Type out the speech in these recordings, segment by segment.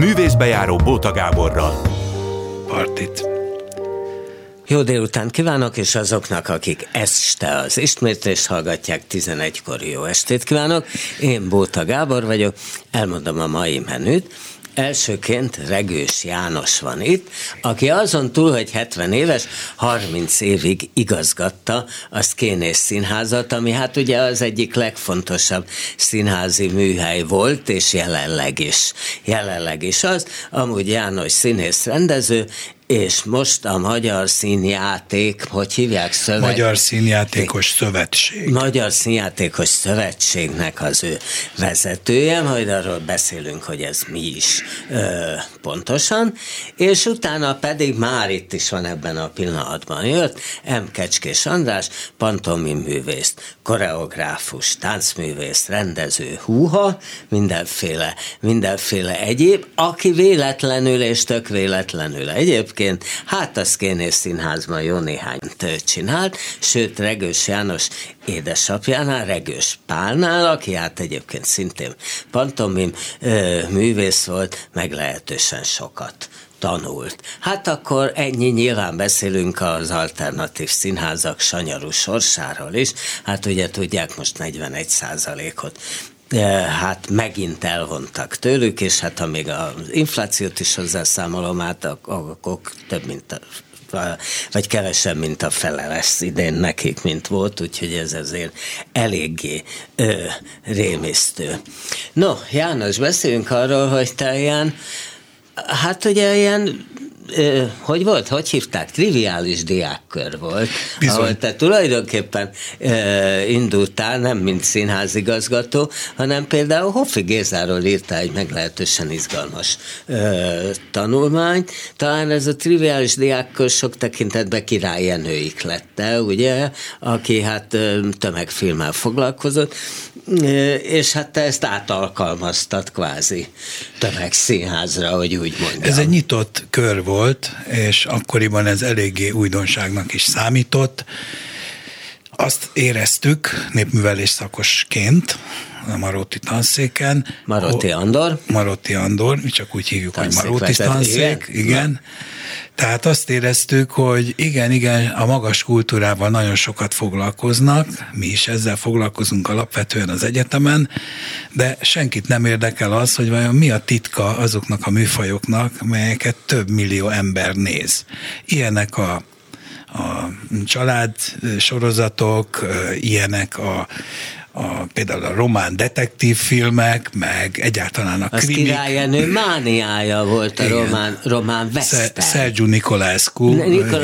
Művészbejáró Bóta Gáborral. Partit. Jó délután kívánok, és azoknak, akik este az ismétlést hallgatják, 11-kor jó estét kívánok. Én Bóta Gábor vagyok, elmondom a mai menüt. Elsőként Regős János van itt, aki azon túl, hogy 70 éves, 30 évig igazgatta a Szkénész Színházat, ami hát ugye az egyik legfontosabb színházi műhely volt, és jelenleg is az. Amúgy János színész rendező, és most a Magyar Színjáték, hogy hívják? Magyar Színjátékos Szövetség. Magyar Színjátékos Szövetségnek az ő vezetője, majd arról beszélünk, hogy ez mi is pontosan, és utána pedig már itt is van ebben a pillanatban jött M. Kecskés András, pantomiművész, koreográfus, táncművész, rendező, mindenféle egyéb, aki véletlenül és tök véletlenül egyébként hát a Szkénész Színházban jó néhányt csinált, sőt Regős János édesapjánál, Regős Pálnál, aki hát egyébként szintén pantomim művész volt, meglehetősen sokat tanult. Hát akkor ennyi, nyilván beszélünk az alternatív színházak sanyarú sorsáról is, hát ugye tudják, most 41%-ot hát megint elvontak tőlük, és hát ha még az inflációt is hozzászámolom át, akkor több mint vagy kevesebb, mint a fele lesz idén nekik, mint volt, úgyhogy ez azért eléggé rémisztő. No, János, beszéljünk arról, hogy te ilyen, hát ugye ilyen, hogy volt? Hogy hívták? Triviális diákkör volt. Bizony. Ahol te tulajdonképpen indultál, nem mint színházigazgató, hanem például Hoffi Gézáról írtál egy meglehetősen izgalmas tanulmányt. Talán ez a triviális diákkör sok tekintetben Király Jenőik lett, ugye? Aki hát tömegfilmmel foglalkozott, és hát te ezt átalkalmaztad kvázi tömegszínházra, hogy úgy mondjam. Ez egy nyitott kör volt, és akkoriban ez eléggé újdonságnak is számított. Azt éreztük népművelés szakosként a Maróti tanszéken. Maróti Andor, mi csak úgy hívjuk, tanszék, hogy Maróti tanszék, igen. Tehát azt éreztük, hogy igen, a magas kultúrával nagyon sokat foglalkoznak, mi is ezzel foglalkozunk alapvetően az egyetemen, de senkit nem érdekel az, hogy vajon mi a titka azoknak a műfajoknak, melyeket több millió ember néz. Ilyenek a család sorozatok, ilyenek például a román detektív filmek, meg egyáltalán a krimik. Az Király Jenő mániája volt a román western. Sergiu Nicolescu.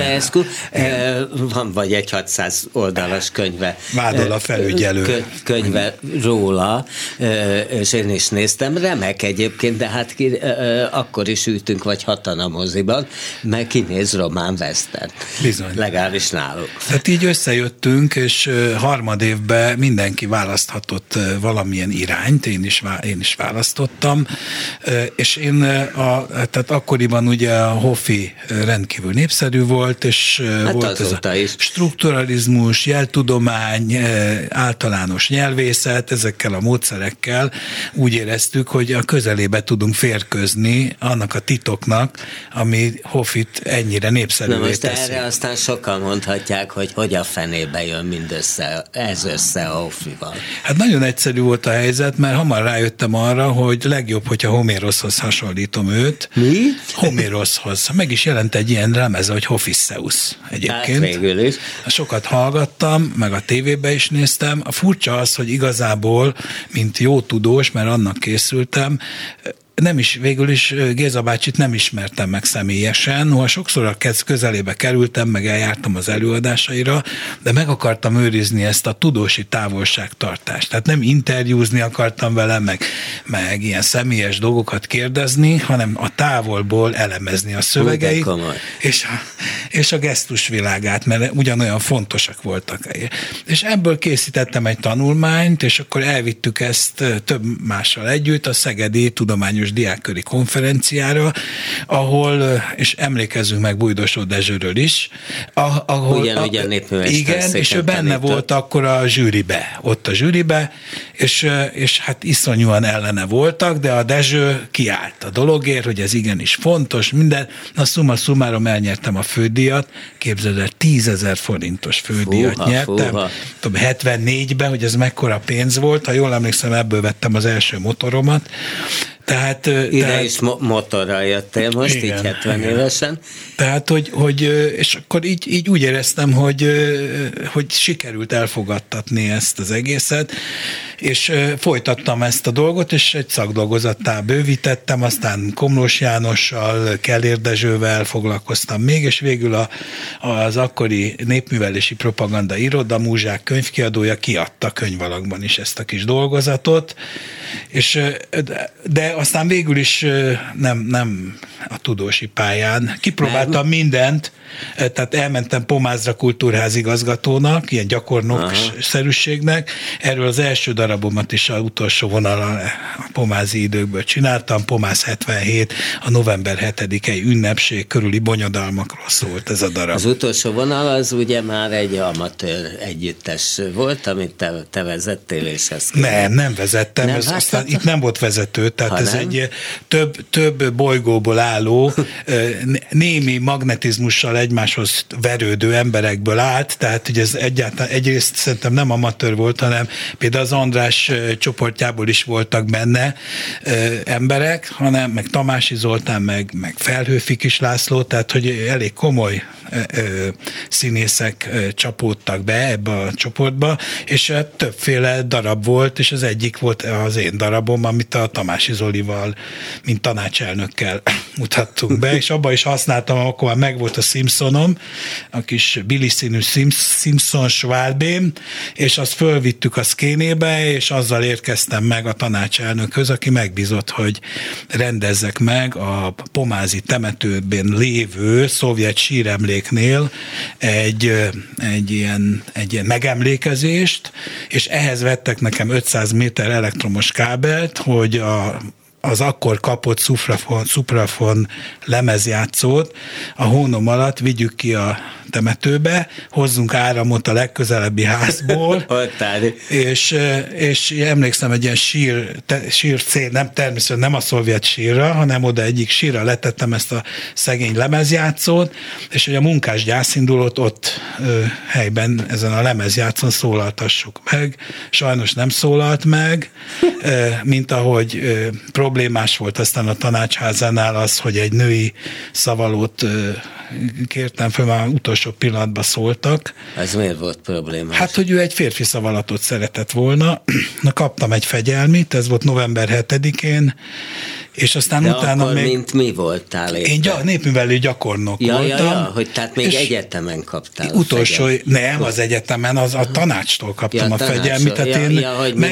Van vagy egy 600 oldalas könyve. Vádol a felügyelő. Könyve róla, és én is néztem. Remek egyébként, de hát akkor is ültünk vagy hatan a moziban, meg kinéz román western. Bizony. Legalábbis náluk. Tehát így összejöttünk, és harmadévben mindenki választhatott valamilyen irányt, én is választottam, és tehát akkoriban ugye a Hoffi rendkívül népszerű volt, és hát volt ez a strukturalizmus, jeltudomány, általános nyelvészet, ezekkel a módszerekkel úgy éreztük, hogy a közelébe tudunk férkőzni annak a titoknak, ami Hoffit ennyire népszerűvé teszi. Na most erre aztán sokan mondhatják, hogy a fenébe jön mindössze, ez össze a Hoffival. Hát nagyon egyszerű volt a helyzet, mert hamar rájöttem arra, hogy legjobb, hogyha Homéroshoz hasonlítom őt. Mi? Homéroshoz. Meg is jelent egy ilyen lemeze, hogy Hofiszeus egyébként. Hát végül is. Sokat hallgattam, meg a tévébe is néztem. A furcsa az, hogy igazából, mint jó tudós, mert annak készültem, végül is Géza bácsit nem ismertem meg személyesen, noha sokszor a közelébe kerültem, meg eljártam az előadásaira, de meg akartam őrizni ezt a tudósi távolságtartást. Tehát nem interjúzni akartam vele, meg ilyen személyes dolgokat kérdezni, hanem a távolból elemezni a szövegeit, és a gesztusvilágát, mert ugyanolyan fontosak voltak. És ebből készítettem egy tanulmányt, és akkor elvittük ezt több mással együtt a Szegedi Tudományos országos diákköri konferenciára, ahol, és emlékezzünk meg Bújdosó Dezsőről is, ahol... Ugyanúgy a népművelés igen, és ő benne volt akkor a zsűribe, és hát iszonyúan ellene voltak, de a Dezső kiállt a dologért, hogy ez igenis fontos, minden. Na summa summarum elnyertem a fődíjat, képzeld el, 10 000 forintos fődíjat nyertem. 74-ben, hogy ez mekkora pénz volt, ha jól emlékszem, ebből vettem az első motoromat. Tehát, is motorral jöttél most, igen, így 70 évesen. Tehát, hogy és akkor így úgy éreztem, hogy sikerült elfogadtatni ezt az egészet, és folytattam ezt a dolgot, és egy szakdolgozattá bővítettem, aztán Komlós Jánossal, Kellér Dezsővel foglalkoztam még, és végül az akkori népművelési propaganda iroda, Múzsák könyvkiadója kiadta könyvalakban is ezt a kis dolgozatot, de aztán végül is nem a tudósi pályán. Kipróbáltam mindent, tehát elmentem Pomázra kultúrházigazgatónak, ilyen gyakornok-szerűségnek. Erről az első darabomat is az utolsó vonalon a pomázi időkből csináltam. Pomáz 77, a november 7-i ünnepség körüli bonyodalmakról szólt ez a darab. Az utolsó vonal az ugye már egy amatőr együttes volt, amit te vezettél, és ezt nem vezettem, aztán itt nem volt vezető, tehát ez egy több bolygóból álló, némi magnetizmussal egymáshoz verődő emberekből állt, tehát hogy ez egyáltalán egyrészt szerintem nem amatőr volt, hanem például az András csoportjából is voltak benne emberek, hanem meg Tamási Zoltán, meg Felhőfikis László, tehát hogy elég komoly színészek csapódtak be ebbe a csoportba, és többféle darab volt, és az egyik volt az én darabom, amit a Tamási Zolival, mint tanácselnökkel mutattunk be, és abban is használtam, akkor már megvolt a Simpsonom, a kis Billy színű Simpson Schwalbém, és azt fölvittük a szkénébe, és azzal érkeztem meg a tanácselnökhöz, aki megbízott, hogy rendezzek meg a pomázi temetőben lévő szovjet síremléknél egy ilyen megemlékezést, és ehhez vettek nekem 500 méter elektromos kábelt, hogy az akkor kapott szuprafon lemezjátszót a hónom alatt vigyük ki a temetőbe, hozzunk áramot a legközelebbi házból, és emlékszem, egy ilyen sír cél, nem természetesen nem a szovjet sírra, hanem oda egyik sírra letettem ezt a szegény lemezjátszót, és hogy a munkás gyászindulót ott helyben ezen a lemezjátszón szólaltassuk meg. Sajnos nem szólalt meg, mint ahogy problémás volt aztán a tanácsházánál az, hogy egy női szavalót kértem föl, már utolsó pillanatban szóltak. Ez miért volt problémás? Hát, hogy ő egy férfi szavalatot szeretett volna. Na, kaptam egy fegyelmit, ez volt november 7-én, és aztán de utána akkor még... mint mi voltál éppen? Én népművelő gyakornok voltam. Hogy tehát még egyetemen kaptál. Utolsó, nem az egyetemen, az a tanácstól kaptam a fegyelmit, tehát én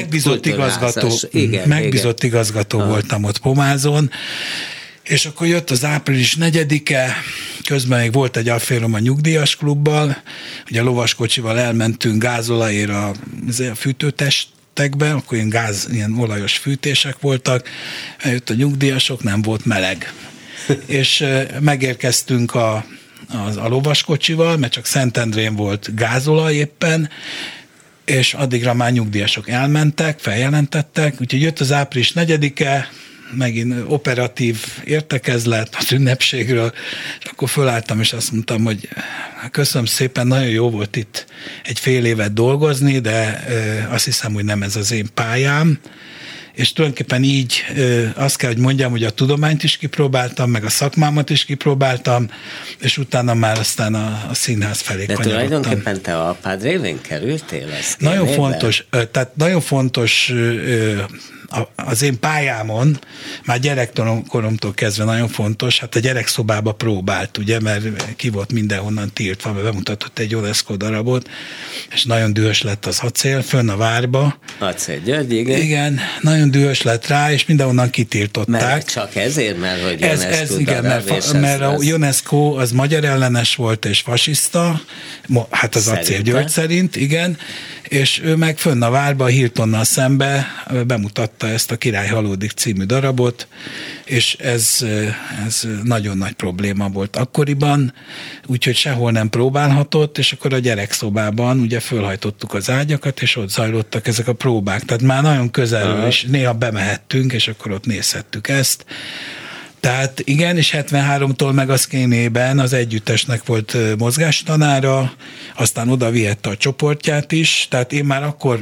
megbízott igazgató voltam ott Pomázon, és akkor jött az április 4-e, közben még volt egy afférom a nyugdíjas klubbal, ugye lovaskocsival elmentünk gázolajért a fűtőtestekbe, akkor ilyen olajos fűtések voltak, eljött a nyugdíjasok, nem volt meleg. És megérkeztünk a lovaskocsival, mert csak Szentendrén volt gázolaj éppen, és addigra már nyugdíjasok elmentek, feljelentettek, úgyhogy jött az április 4-e, megint operatív értekezlet az ünnepségről, és akkor fölálltam, és azt mondtam, hogy köszönöm szépen, nagyon jó volt itt egy fél évet dolgozni, de azt hiszem, hogy nem ez az én pályám, és tulajdonképpen így azt kell, hogy mondjam, hogy a tudományt is kipróbáltam, meg a szakmámat is kipróbáltam, és utána már aztán a színház felé kanyarodtam. De tulajdonképpen te a apád révén kerültél ezt? Nagyon fontos az én pályámon, már gyerekkoromtól kezdve nagyon fontos, hát a gyerekszobába próbált, ugye, mert ki volt mindenhonnan tiltva, mert bemutatott egy UNESCO darabot, és nagyon dühös lett az Acél, fönn a Várba. Acél György, igen. Igen, nagyon dühös lett rá, és mindenhonnan kitiltották. Mert csak ezért, mert hogy UNESCO igen, mert a UNESCO az magyar ellenes volt és fasiszta, hát az Acél György szerint, igen, és ő meg fönn a várba, a Hiltonnal szembe bemutatta ezt a Király halódik című darabot, és ez nagyon nagy probléma volt akkoriban, úgyhogy sehol nem próbálhatott, és akkor a gyerekszobában ugye fölhajtottuk az ágyakat, és ott zajlottak ezek a próbák. Tehát már nagyon közelről is néha bemehettünk, és akkor ott nézhettük ezt. Tehát igen, és 73-tól meg a Szkénében az együttesnek volt mozgástanára, aztán oda vihette a csoportját is, tehát én már akkor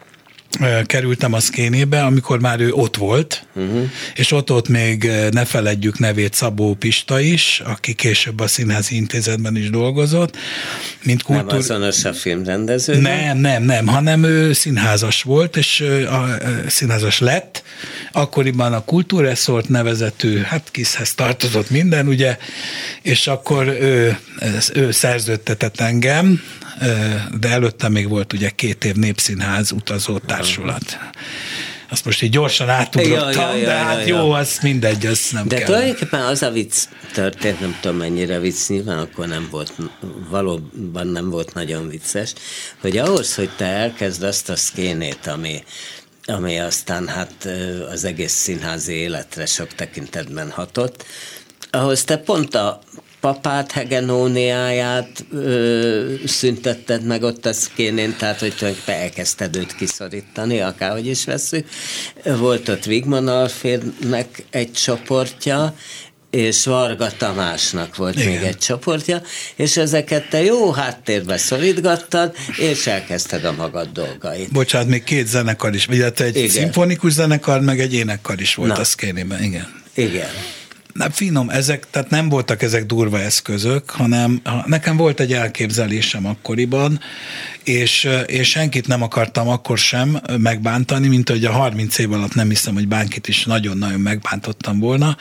kerültem a Szkénébe, amikor már ő ott volt, és ott még ne feledjük nevét Szabó Pista is, aki később a Színházi Intézetben is dolgozott. Nem azonos a filmrendező? Nem, hanem ő színházas volt, és színházas lett. Akkoriban a Kultúrreszort nevezetű, hát KISZ-hez tartozott minden, ugye, és akkor ő szerződtetett engem, de előtte még volt ugye 2 év Népszínház utazó társulat. Azt most így gyorsan átugrottam, de hát jó, az mindegy, az nem kell. De tulajdonképpen az a vicc történt, nem tudom mennyire vicc, nyilván akkor nem volt, valóban nem volt nagyon vicces, hogy ahhoz, hogy te elkezd azt a Szkénét, ami aztán hát az egész színházi életre sok tekintetben hatott, ahhoz te pont a papát hegemóniáját szüntetted meg ott a Szkénén, tehát hogy tulajdonképpen elkezdted őt kiszorítani, akárhogy is veszük. Volt ott Wigman Alfrednek egy csoportja, és Varga Tamásnak volt még egy csoportja, és ezeket te jó háttérbe szorítgattad, és elkezdted a magad dolgait. Bocsánat, még 2 zenekar is, illetve egy szimfonikus zenekar, meg egy énekkar is volt a Szkénében, igen. Igen. Na, finom, tehát nem voltak ezek durva eszközök, hanem nekem volt egy elképzelésem akkoriban, és senkit nem akartam akkor sem megbántani, mint hogy a 30 év alatt nem hiszem, hogy bárkit is nagyon-nagyon megbántottam volna,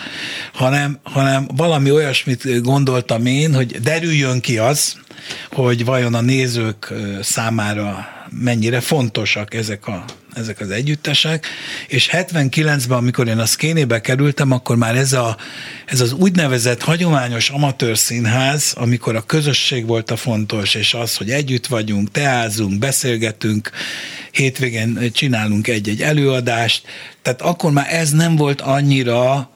hanem valami olyasmit gondoltam én, hogy derüljön ki az, hogy vajon a nézők számára mennyire fontosak ezek az együttesek, és 79-ben, amikor én a Szkénébe kerültem, akkor már ez az úgynevezett hagyományos amatőr színház, amikor a közösség volt a fontos, és az, hogy együtt vagyunk, teázunk, beszélgetünk, hétvégén csinálunk egy-egy előadást, tehát akkor már ez nem volt annyira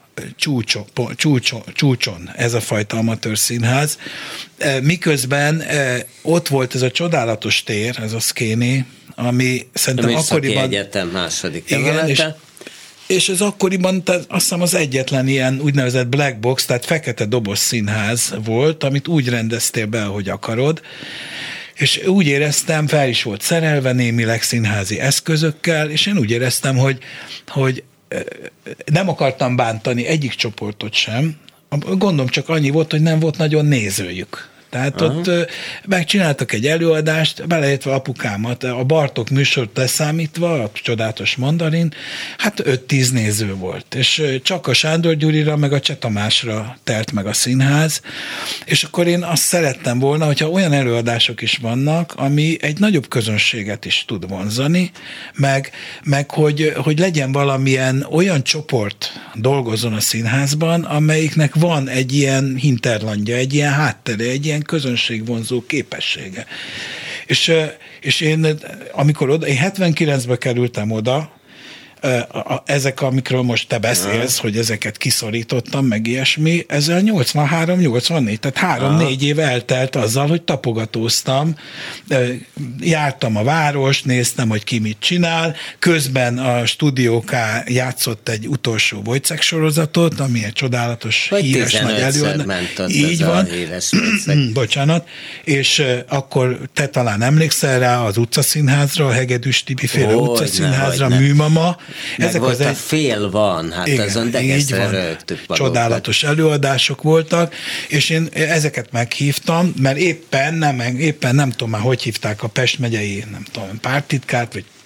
csúcson ez a fajta amatőr színház. Miközben ott volt ez a csodálatos tér, ez a Szkéné, ami szerintem akkoriban... Egyetem második emelete. És ez akkoriban azt hiszem az egyetlen ilyen úgynevezett black box, tehát fekete doboz színház volt, amit úgy rendeztél be, ahogy akarod, és úgy éreztem, fel is volt szerelve némileg színházi eszközökkel, és én úgy éreztem, hogy nem akartam bántani egyik csoportot sem, gondom csak annyi volt, hogy nem volt nagyon nézőjük. Tehát ott megcsináltak egy előadást, beleértve apukámat, a Bartók műsort leszámítva, a csodálatos Mandarin, hát 5-10 néző volt, és csak a Sándor Gyurira, meg a Cseh Tamásra telt meg a színház, és akkor én azt szerettem volna, hogyha olyan előadások is vannak, ami egy nagyobb közönséget is tud vonzani, meg hogy legyen valamilyen olyan csoport dolgozzon a színházban, amelyiknek van egy ilyen hinterlandja, egy ilyen háttere, egy ilyen közönségvonzó képessége. És én 79-ben kerültem oda, ezek, amikről most te beszélsz, hogy ezeket kiszorítottam, meg ilyesmi, ezzel 83-84, tehát 3-4 év eltelt azzal, hogy tapogatóztam, jártam a várost, néztem, hogy ki mit csinál, közben a Stúdió K játszott egy utolsó Wojciech sorozatot, ami egy csodálatos, vagy híres nagy előadás. Így van. Bocsánat. És akkor te talán emlékszel rá az utcaszínházra, a Hegedűs Tibi féle utcaszínházra, Műmama. Ezek volt a fél van, hát igen, azon degeszre rögtük. Csodálatos előadások voltak, és én ezeket meghívtam, mert éppen nem tudom már, hogy hívták a Pest megyei, nem tudom, párttitkárt, vagy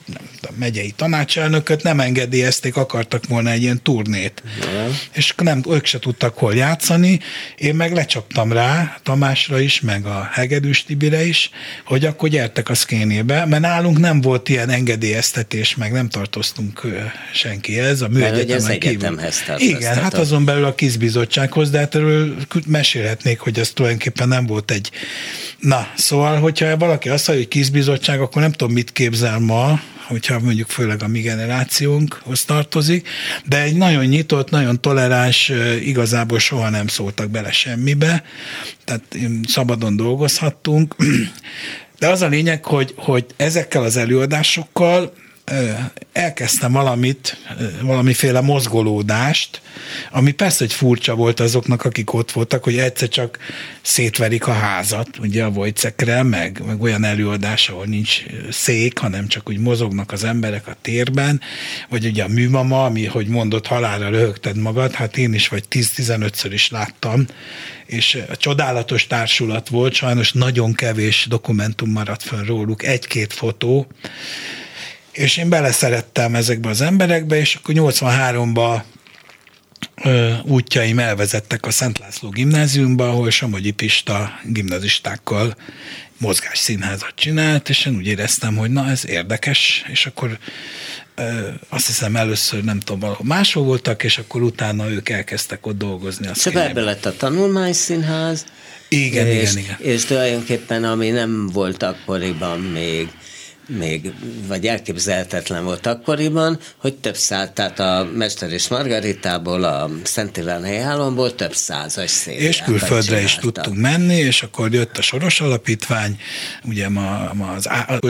megyei tanácselnököt nem engedélyezték, akartak volna egy ilyen turnét. És ők se tudtak hol játszani, én meg lecsaptam rá Tamásra is, meg a Hegedűs Tibire is, hogy akkor gyertek a Szkénébe, mert nálunk nem volt ilyen engedélyeztetés, meg nem tartoztunk senkihez, a műegyetemen kívül. Igen, hát azon belül a KISZ bizottsághoz, de hát erről mesélhetnék, hogy ez tulajdonképpen nem volt egy... Na, szóval, hogyha valaki azt mondja, hogy KISZ bizottság, akkor nem tudom, mit képzel ma, hogyha mondjuk főleg a mi generációnkhoz tartozik, de egy nagyon nyitott, nagyon toleráns, igazából soha nem szóltak bele semmibe, tehát szabadon dolgozhattunk, de az a lényeg, hogy ezekkel az előadásokkal elkezdtem valamiféle mozgolódást, ami persze, hogy furcsa volt azoknak, akik ott voltak, hogy egyszer csak szétverik a házat, ugye a Wojciechre, meg olyan előadás, ahol nincs szék, hanem csak úgy mozognak az emberek a térben, vagy ugye a Műmama, ami, hogy mondott, halálra röhögted magad, hát én is vagy 10-15-ször is láttam, és csodálatos társulat volt, sajnos nagyon kevés dokumentum maradt fönn róluk, 1-2 fotó, és én beleszerettem ezekbe az emberekbe, és akkor 83-ban útjaim elvezettek a Szent László gimnáziumba, ahol Somogyi Pista gimnazistákkal mozgásszínházat csinált, és én úgy éreztem, hogy na, ez érdekes, és akkor azt hiszem először nem tudom, valahol máshol voltak, és akkor utána ők elkezdtek ott dolgozni. Csak ebbe lett a tanulmányszínház. Igen. És tulajdonképpen, ami nem volt akkoriban még vagy elképzelhetetlen volt akkoriban, hogy több száz, tehát a Mester és Margaritából, a Szent Ivánhelyi Álomból több százas szériákat és külföldre is tudtunk menni, és akkor jött a Soros Alapítvány, ugye az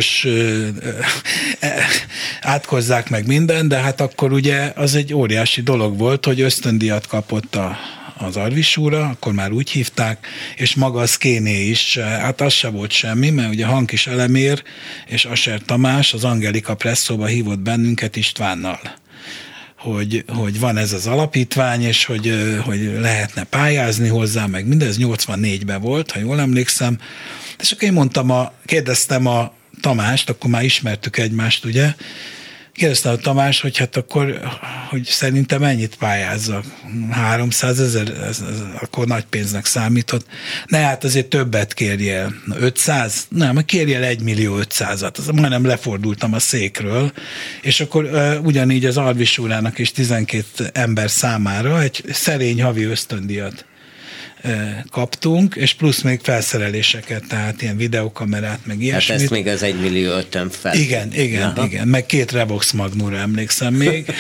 átkozzák meg minden, de hát akkor ugye az egy óriási dolog volt, hogy ösztöndíjat kapott az Arvisúra, akkor már úgy hívták, és maga a Szkéné is, hát az se volt semmi, mert ugye Hankis Elemér és Asser Tamás az Angelika Presszóba hívott bennünket Istvánnal, hogy van ez az alapítvány, és hogy lehetne pályázni hozzá, meg mindez 84-ben volt, ha jól emlékszem, és akkor én kérdeztem a Tamást, akkor már ismertük egymást, ugye, kérdeztem a Tamás, hogy hát akkor, hogy szerintem mennyit pályázzak? 300 000, ez akkor nagy pénznek számított. Ne, hát azért többet kérjél. 500? Nem, kérjél 1.500.000-at. Az majdnem lefordultam a székről, és akkor ugyanígy az Arvisúrának is 12 ember számára egy szerény havi ösztöndíjat kaptunk, és plusz még felszereléseket, tehát ilyen videókamerát, meg ilyesmit. Hát ezt még az 1.500.000 fel. Igen, meg 2 Revox Magnumra emlékszem még.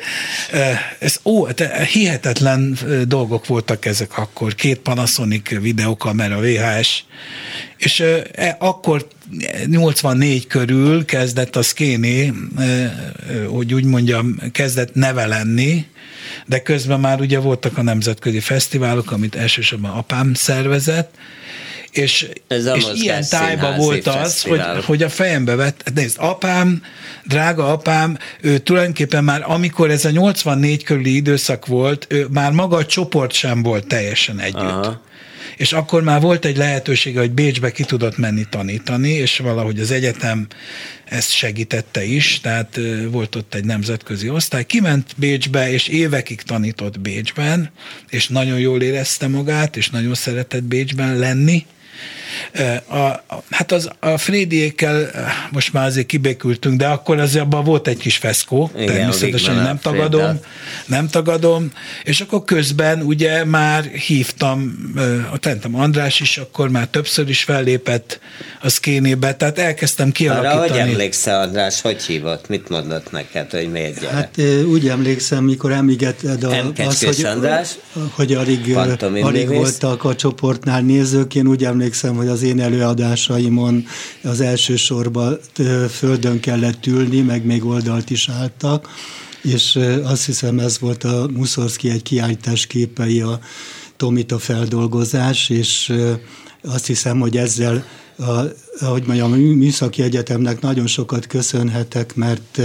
Hihetetlen dolgok voltak ezek akkor. 2 Panasonic videókamera, VHS, és akkor 84 körül kezdett a Szkéné, hogy úgy mondjam, kezdett neve lenni, de közben már ugye voltak a nemzetközi fesztiválok, amit elsősorban apám szervezett, és ilyen tájban volt az, hogy a fejembe vett, nézd, apám, drága apám, ő tulajdonképpen már, amikor ez a 84 körüli időszak volt, ő már maga a csoport sem volt teljesen együtt. Aha. És akkor már volt egy lehetősége, hogy Bécsbe ki tudott menni tanítani, és valahogy az egyetem ezt segítette is, tehát volt ott egy nemzetközi osztály. Kiment Bécsbe, és évekig tanított Bécsben, és nagyon jól érezte magát, és nagyon szeretett Bécsben lenni. Hát a Frédiékkel most már azért kibékültünk, de akkor azért abban volt egy kis feszkó, természetesen nem tagadom, és akkor közben ugye már hívtam, András is akkor már többször is fellépett a Szkénébe, tehát elkezdtem kialakítani. Arra, hogy emlékszel, András, hogy hívott? Mit mondott neked, hogy miért gyere? Hát úgy emlékszem, mikor említetted hogy alig voltak a csoportnál nézők, én úgy emlékszem, hogy az én előadásaimon az első sorban földön kellett ülni, meg még oldalt is álltak, és azt hiszem ez volt a Mussorgsky egy kiállítás képei, a Tomita feldolgozás, és azt hiszem, hogy ezzel hogy mondjam, a Műszaki Egyetemnek nagyon sokat köszönhetek, mert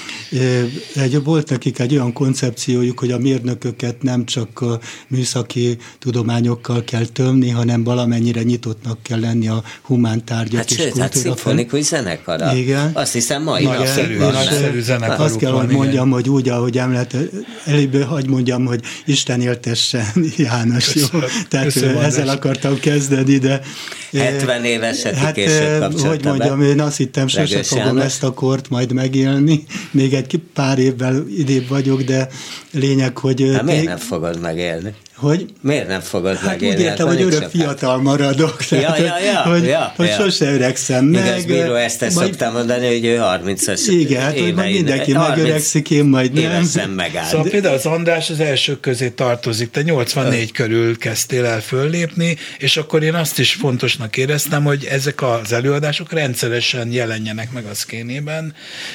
volt nekik egy olyan koncepciójuk, hogy a mérnököket nem csak a műszaki tudományokkal kell tömni, hanem valamennyire nyitottnak kell lenni a humántárgyak és kultúra. Hát szimfonikus zenekara. Igen. Azt hiszem mai nagyszerű zenekaruk azt kell, hogy mondjam, hogy úgy, ahogy előbb hagy mondjam, hogy Isten éltessen, János, köszönöm, jó? Tehát ezzel akartam kezdeni, de 70 éveset később kapcsolta hogy mondjam, én azt hittem, sose fogom ezt a kort majd megélni. Még egy pár évvel idébb vagyok, de lényeg, hogy... Hát miért nem fogod megélni? Hogy? Miért nem fogod megélni? Úgy értem, hogy örök fiatal maradok. Hogy sose öregszem meg. Igaz, Bíró ezt szoktam mondani, hogy ő 30-as igen, hát hogy majd mindenki megöregszik, én majd nem. Évesen megáll. Szóval például az András az elsők közé tartozik. Te 84 körül kezdtél el föllépni, és akkor én azt is fontosnak éreztem, hogy ezek az előadások rendszeresen jelenjenek meg a szkénében.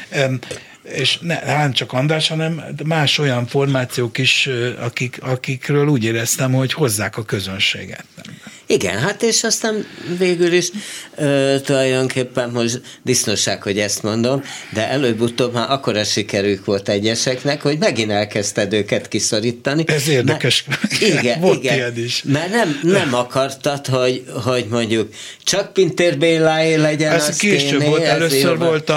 És nem csak András, hanem más olyan formációk is, akikről úgy éreztem, hogy hozzák a közönséget. Igen, hát és aztán végül is tulajdonképpen most disznóság, hogy ezt mondom, de előbb-utóbb már akkora sikerük volt egyeseknek, hogy megint elkezdted őket kiszorítani. Ez érdekes. Igen, volt igen, ilyen is. Mert nem akartad, hogy mondjuk csak Pintér Béláé legyen ez az később volt, először volt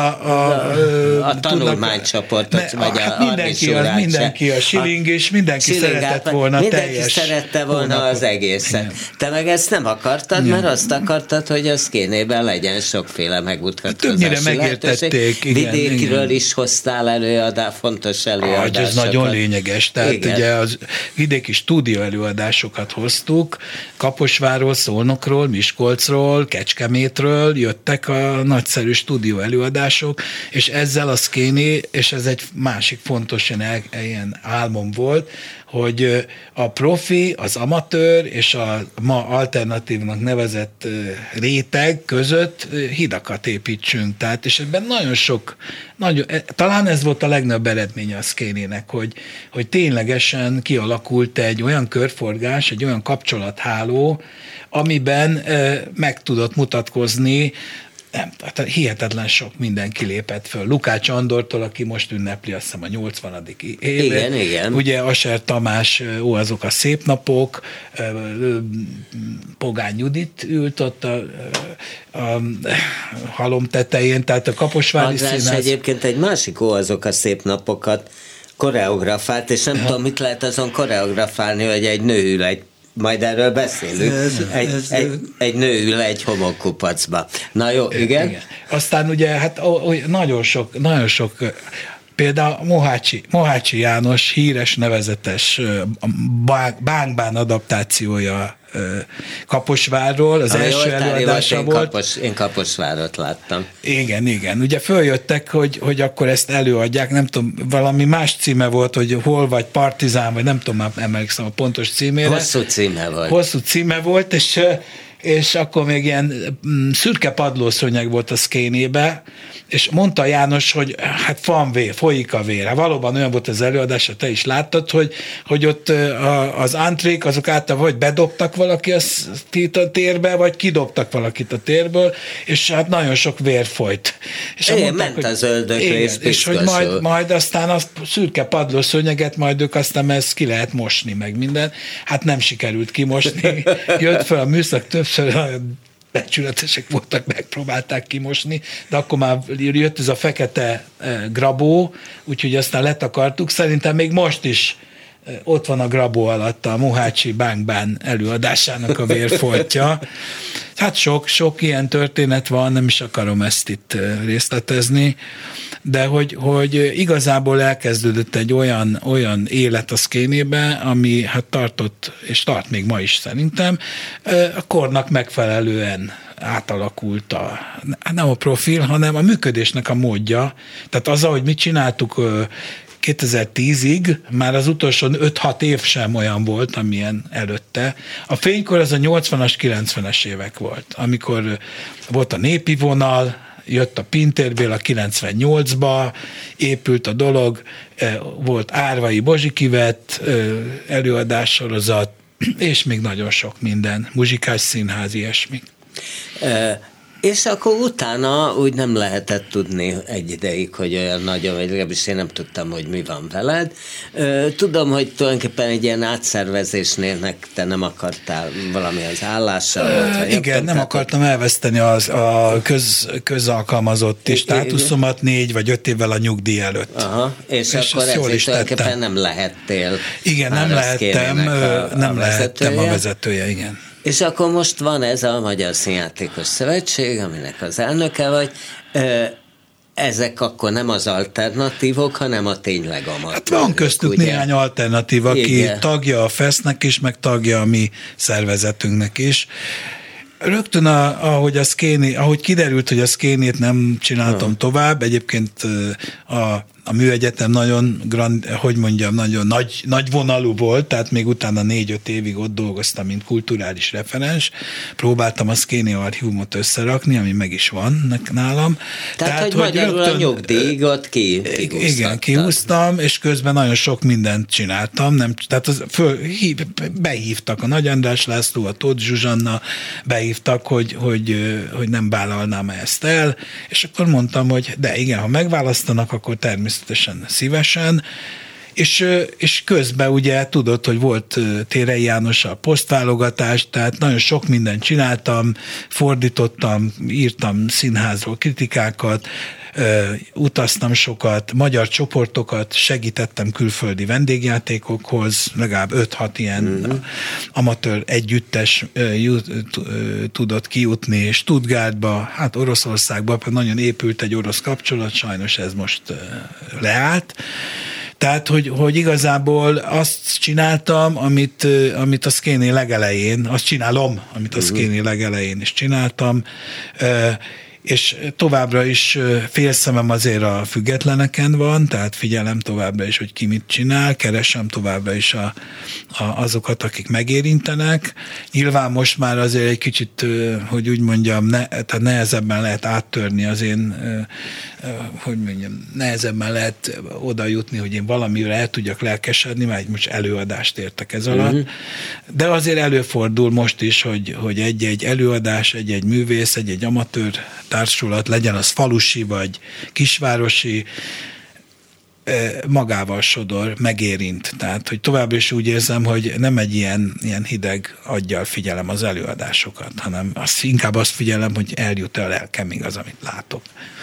a tanulmánycsoportot, vagy a mindenki a Schilling, és mindenki szeretett volna teljes. Mindenki szerette volna az egészet. Igen. Te meg ezt nem akartad, mert azt akartad, hogy a szkénében legyen sokféle megmutatkozási lehetőség. Vidékről is hoztál fontos előadásokat. Ez nagyon lényeges. Tehát igen. Ugye az vidéki stúdió előadásokat hoztuk, Kaposvárról, Szolnokról, Miskolcról, Kecskemétről jöttek a nagyszerű stúdió előadások, és ezzel a szkéné, és ez egy másik fontos ilyen álmom volt, hogy a profi, az amatőr és a ma alternatívnak nevezett réteg között hidakat építsünk. Tehát, és ebben talán ez volt a legnagyobb eredménye a szkénének, hogy ténylegesen kialakult egy olyan körforgás, egy olyan kapcsolatháló, amiben meg tudott mutatkozni. Nem, tehát hihetetlen sok mindenki lépett föl. Lukács Andortól, aki most ünnepli azt hiszem a 80. évet. Igen. Ugye Aser Tamás, azok a szép napok, Pogány Judit ült ott a halom tetején, tehát a Kaposvári Színház. Egyébként egy másik azok a szép napokat koreografált, és nem tudom, mit lehet azon koreografálni, hogy egy nő ül majd erről beszélünk. Egy nő ül egy homokkupacba. Na jó, igen? Aztán ugye hát nagyon sok például Mohácsi János híres, nevezetes Bánk-bán adaptációja Kaposvárról, az első előadása volt. Én Kaposvárat láttam. Igen. Ugye följöttek, hogy akkor ezt előadják, nem tudom, valami más címe volt, hogy hol vagy Partizán, vagy nem tudom, már emlékszem a pontos címére. Hosszú címe volt, és akkor még ilyen szürke padlószőnyeg volt a szkénébe, és mondta János, hogy hát van vér, folyik a vér. Hát valóban olyan volt az előadás, te is láttad, hogy ott az antrék, azok által vagy bedobtak valaki a térbe, vagy kidobtak valakit a térből, és hát nagyon sok vér folyt. És ment az öldöklés, és hogy majd aztán a szürke padlószőnyeget majd ők aztán ezt ki lehet mosni, meg minden. Hát nem sikerült kimosni. Jött fel a műszak, többször becsületesek voltak, megpróbálták kimosni, de akkor már jött ez a fekete grabó, úgyhogy aztán letakartuk. Szerintem még most is ott van a grabó alatt a Mohácsi Bánk-bán előadásának a vérfoltja. Hát sok ilyen történet van, nem is akarom ezt itt részletezni, de hogy igazából elkezdődött egy olyan élet a szkénébe, ami hát tartott, és tart még ma is szerintem, a kornak megfelelően átalakult nem a profil, hanem a működésnek a módja. Tehát az, ahogy mit csináltuk 2010-ig, már az utolsó 5-6 év sem olyan volt, amilyen előtte. A fénykor az a 80-as, 90-es évek volt, amikor volt a népi vonal, jött a Pintér Béla 98-ba, épült a dolog, volt Árvai Bozsikivet, előadássorozat, és még nagyon sok minden, muzsikás színház, ilyesmi. És akkor utána úgy nem lehetett tudni egy ideig, hogy olyan nagyon, vagy legalábbis én nem tudtam, hogy mi van veled. Tudom, hogy tulajdonképpen egy ilyen átszervezésnél te nem akartál valami az állással. Igen, nem akartam elveszteni a közalkalmazotti státuszomat 4 vagy 5 évvel a nyugdíj előtt. Aha, és akkor ezért tulajdonképpen nem lehettél. Igen, nem lehettem a vezetője, igen. És akkor most van ez a Magyar Színjátékos Szövetség, aminek az elnöke vagy. Ezek akkor nem az alternatívok, hanem a tényleg amatőrök. Hát van köztük ugye? Néhány alternatív, aki tagja a FESZ-nek is, meg tagja a mi szervezetünknek is. Rögtön, ahogy kiderült, hogy a szkénét nem csináltam tovább, egyébként a műegyetem nagyon nagyon nagy vonalú volt, tehát még utána 4-5 évig ott dolgoztam, mint kulturális referens. Próbáltam a szkéni archívumot összerakni, ami meg is van nálam. Tehát hogy magyarul rögtön, a nyugdíjat igen, kihúztam, és közben nagyon sok mindent csináltam. Tehát behívtak a Nagy András László, a Tóth Zsuzsanna, behívtak, hogy nem vállalnám ezt el, és akkor mondtam, hogy de igen, ha megválasztanak, akkor természetesen szívesen, és közben ugye tudod, hogy volt Térei János a posztválogatás, tehát nagyon sok mindent csináltam, fordítottam, írtam színházról kritikákat, utaztam sokat, magyar csoportokat segítettem külföldi vendégjátékokhoz, legalább 5-6 ilyen amatőr együttes tudott kijutni Stuttgartba, hát Oroszországba, nagyon épült egy orosz kapcsolat, sajnos ez most leállt. Tehát, hogy igazából azt csináltam, amit a szkéné legelején, azt csinálom, amit a szkéné legelején is csináltam, és továbbra is félszemem azért a függetleneken van, tehát figyelem továbbra is, hogy ki mit csinál, keresem továbbra is azokat, akik megérintenek. Nyilván most már azért egy kicsit, hogy úgy mondjam, tehát nehezebben lehet áttörni az én, nehezebben lehet oda jutni, hogy én valamire el tudjak lelkesedni, mert most előadást értek ez alatt. De azért előfordul most is, hogy egy-egy előadás, egy-egy művész, egy-egy amatőr társulat, legyen az falusi vagy kisvárosi, magával sodor, megérint. Tehát, hogy továbbra is úgy érzem, hogy nem egy ilyen hideg aggyal figyelem az előadásokat, hanem inkább azt figyelem, hogy eljut a lelkemig az, amit látok.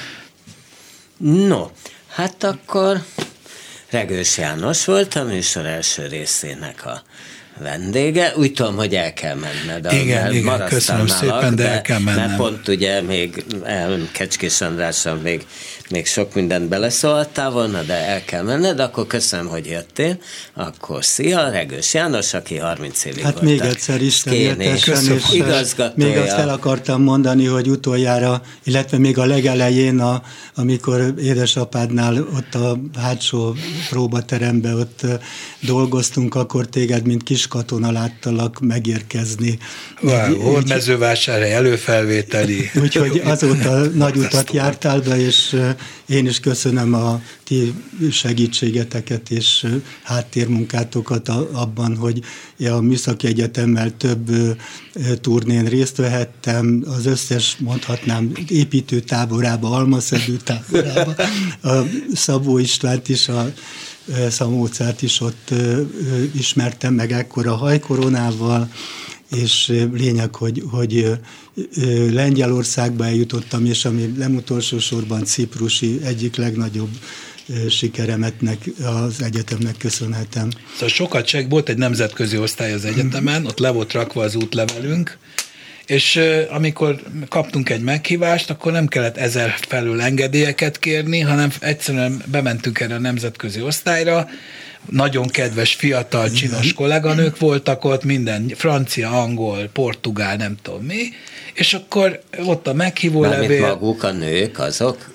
No, hát akkor Regős János volt a műsor első részének a vendége. Úgy tudom, hogy el kell menned. Igen, köszönöm szépen, de el kell mennem. Mert pont ugye még Kecskés Andrással még sok mindent beleszóltál volna, de el kell menned, akkor köszönöm, hogy jöttél. Akkor szia, Regős János, aki 30 évig volt. Hát még egyszer is terjedesen, és igazgatója. Még azt el akartam mondani, hogy utoljára, illetve még a legelején, amikor édesapádnál ott a hátsó próbateremben ott dolgoztunk, akkor téged, mint kiskatona láttalak megérkezni. Mezővásárhely előfelvételi. Úgyhogy azóta nagy utat jártál be, és én is köszönöm a ti segítségeteket és háttérmunkátokat abban, hogy a Műszaki Egyetemmel több turnén részt vehettem, az összes, mondhatnám, építőtáborába, almaszedő táborába, a Szabó Istvánt is, a Szamócát is ott ismertem meg ekkora hajkoronával, és lényeg, hogy Lengyelországba eljutottam, és ami nem utolsó sorban ciprusi egyik legnagyobb sikeremet az egyetemnek köszönhetem. Szóval sokat volt egy nemzetközi osztály az egyetemen, ott le volt rakva az útlevelünk, és amikor kaptunk egy meghívást, akkor nem kellett 1000 felül engedélyeket kérni, hanem egyszerűen bementünk erre a nemzetközi osztályra, nagyon kedves, fiatal, csinos kolléganők voltak ott, minden francia, angol, portugál, nem tudom mi, és akkor ott a meghívó levél. Maguk a nők, azok?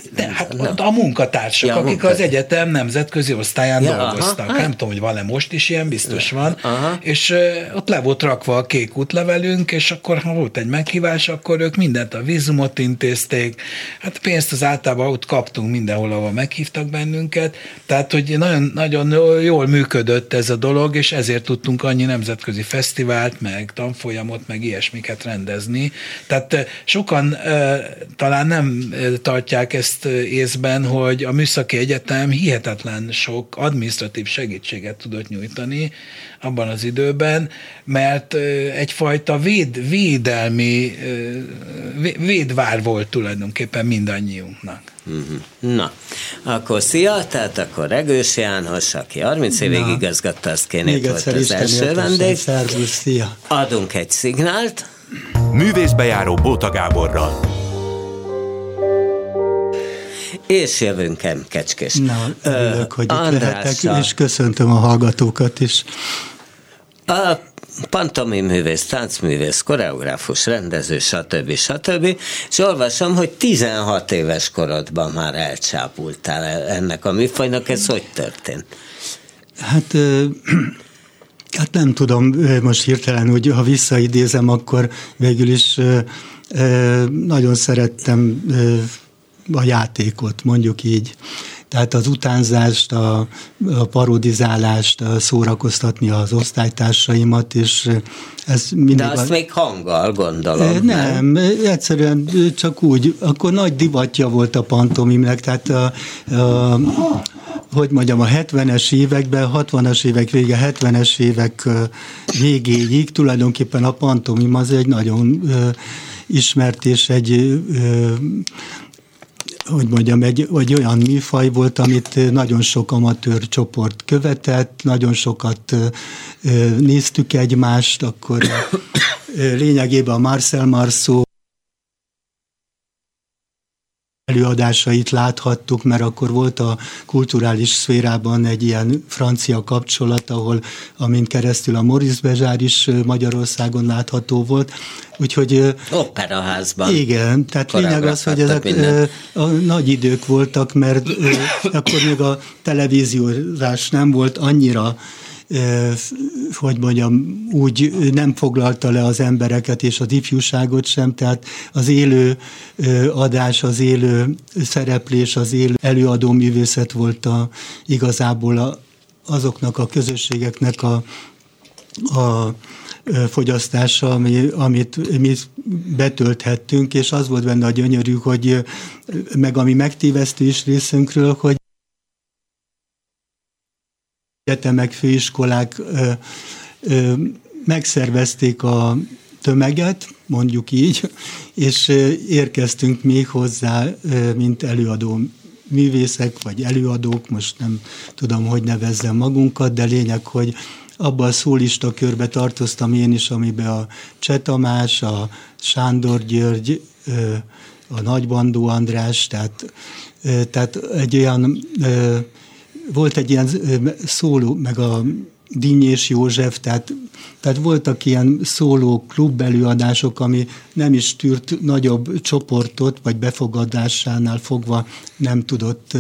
A munkatársak, akik az egyetem nemzetközi osztályán dolgoztak. Nem tudom, hogy van-e most is ilyen, biztos van. És ott le volt rakva a kék útlevelünk, és akkor, ha volt egy meghívás, akkor ők mindent, a vízumot intézték, hát pénzt az általában ott kaptunk mindenhol, ahol meghívtak bennünket, tehát, hogy nagyon, nagyon jól működött ez a dolog, és ezért tudtunk annyi nemzetközi fesztivált, meg tanfolyamot, meg ilyesmiket rendezni. Tehát sokan talán nem tartják ezt észben, hogy a Műszaki Egyetem hihetetlen sok adminisztratív segítséget tudott nyújtani abban az időben, mert egyfajta védelmi védvár volt tulajdonképpen mindannyiunknak. Na, akkor szia, tehát akkor Regős János, aki 30 évig igazgatta a Szkénét, volt az első vendég. Szervusz, szia. Adunk egy szignált. Művészbejáró Bóta Gáborral. És jövünk Kecskés. Na, örülök, hogy itt lehetek, és köszöntöm a hallgatókat is. A pantomiművész, táncművész, koreográfus, rendező, stb. És olvasom, hogy 16 éves korodban már elcsápultál ennek a műfajnak. Ez hogy történt? Hát nem tudom, most hirtelen, hogy ha visszaidézem, akkor végül is nagyon szerettem a játékot, mondjuk így. Tehát az utánzást, a parodizálást, szórakoztatni az osztálytársaimat, és ez mindig... De azt még hanggal gondolom. Nem, egyszerűen csak úgy. Akkor nagy divatja volt a pantomimnek, tehát hogy mondjam, a 70-es években, 60-as évek vége, 70-es évek végéig tulajdonképpen a pantomim az egy nagyon ismert és egy hogy mondjam, egy olyan műfaj volt, amit nagyon sok amatőr csoport követett, nagyon sokat néztük egymást, akkor lényegében a Marcel Marceau előadásait láthattuk, mert akkor volt a kulturális szférában egy ilyen francia kapcsolat, amin keresztül a Maurice Béjart is Magyarországon látható volt. Úgyhogy... Operaházban. Igen, tehát lényeg az, hogy ezek nagy idők voltak, mert akkor még a televíziórás nem volt annyira, hogy mondjam, úgy nem foglalta le az embereket és az ifjúságot sem, tehát az élő adás, az élő szereplés, az élő előadó művészet volt igazából azoknak a közösségeknek a fogyasztása, amit mi betölthettünk, és az volt benne a gyönyörű, hogy meg ami megtévesztő is részünkről, hogy egyetemek, főiskolák megszervezték a tömeget, mondjuk így, és érkeztünk még hozzá, mint előadó művészek, vagy előadók, most nem tudom, hogy nevezzem magunkat, de lényeg, hogy abban a szólista körbe tartoztam én is, amiben a Cseh Tamás, a Sándor György, a Nagybandó András, tehát egy olyan... Volt egy ilyen szóló, meg a Dinnyés József, tehát voltak ilyen szóló klub előadások, ami nem is tűrt nagyobb csoportot, vagy befogadásánál fogva nem tudott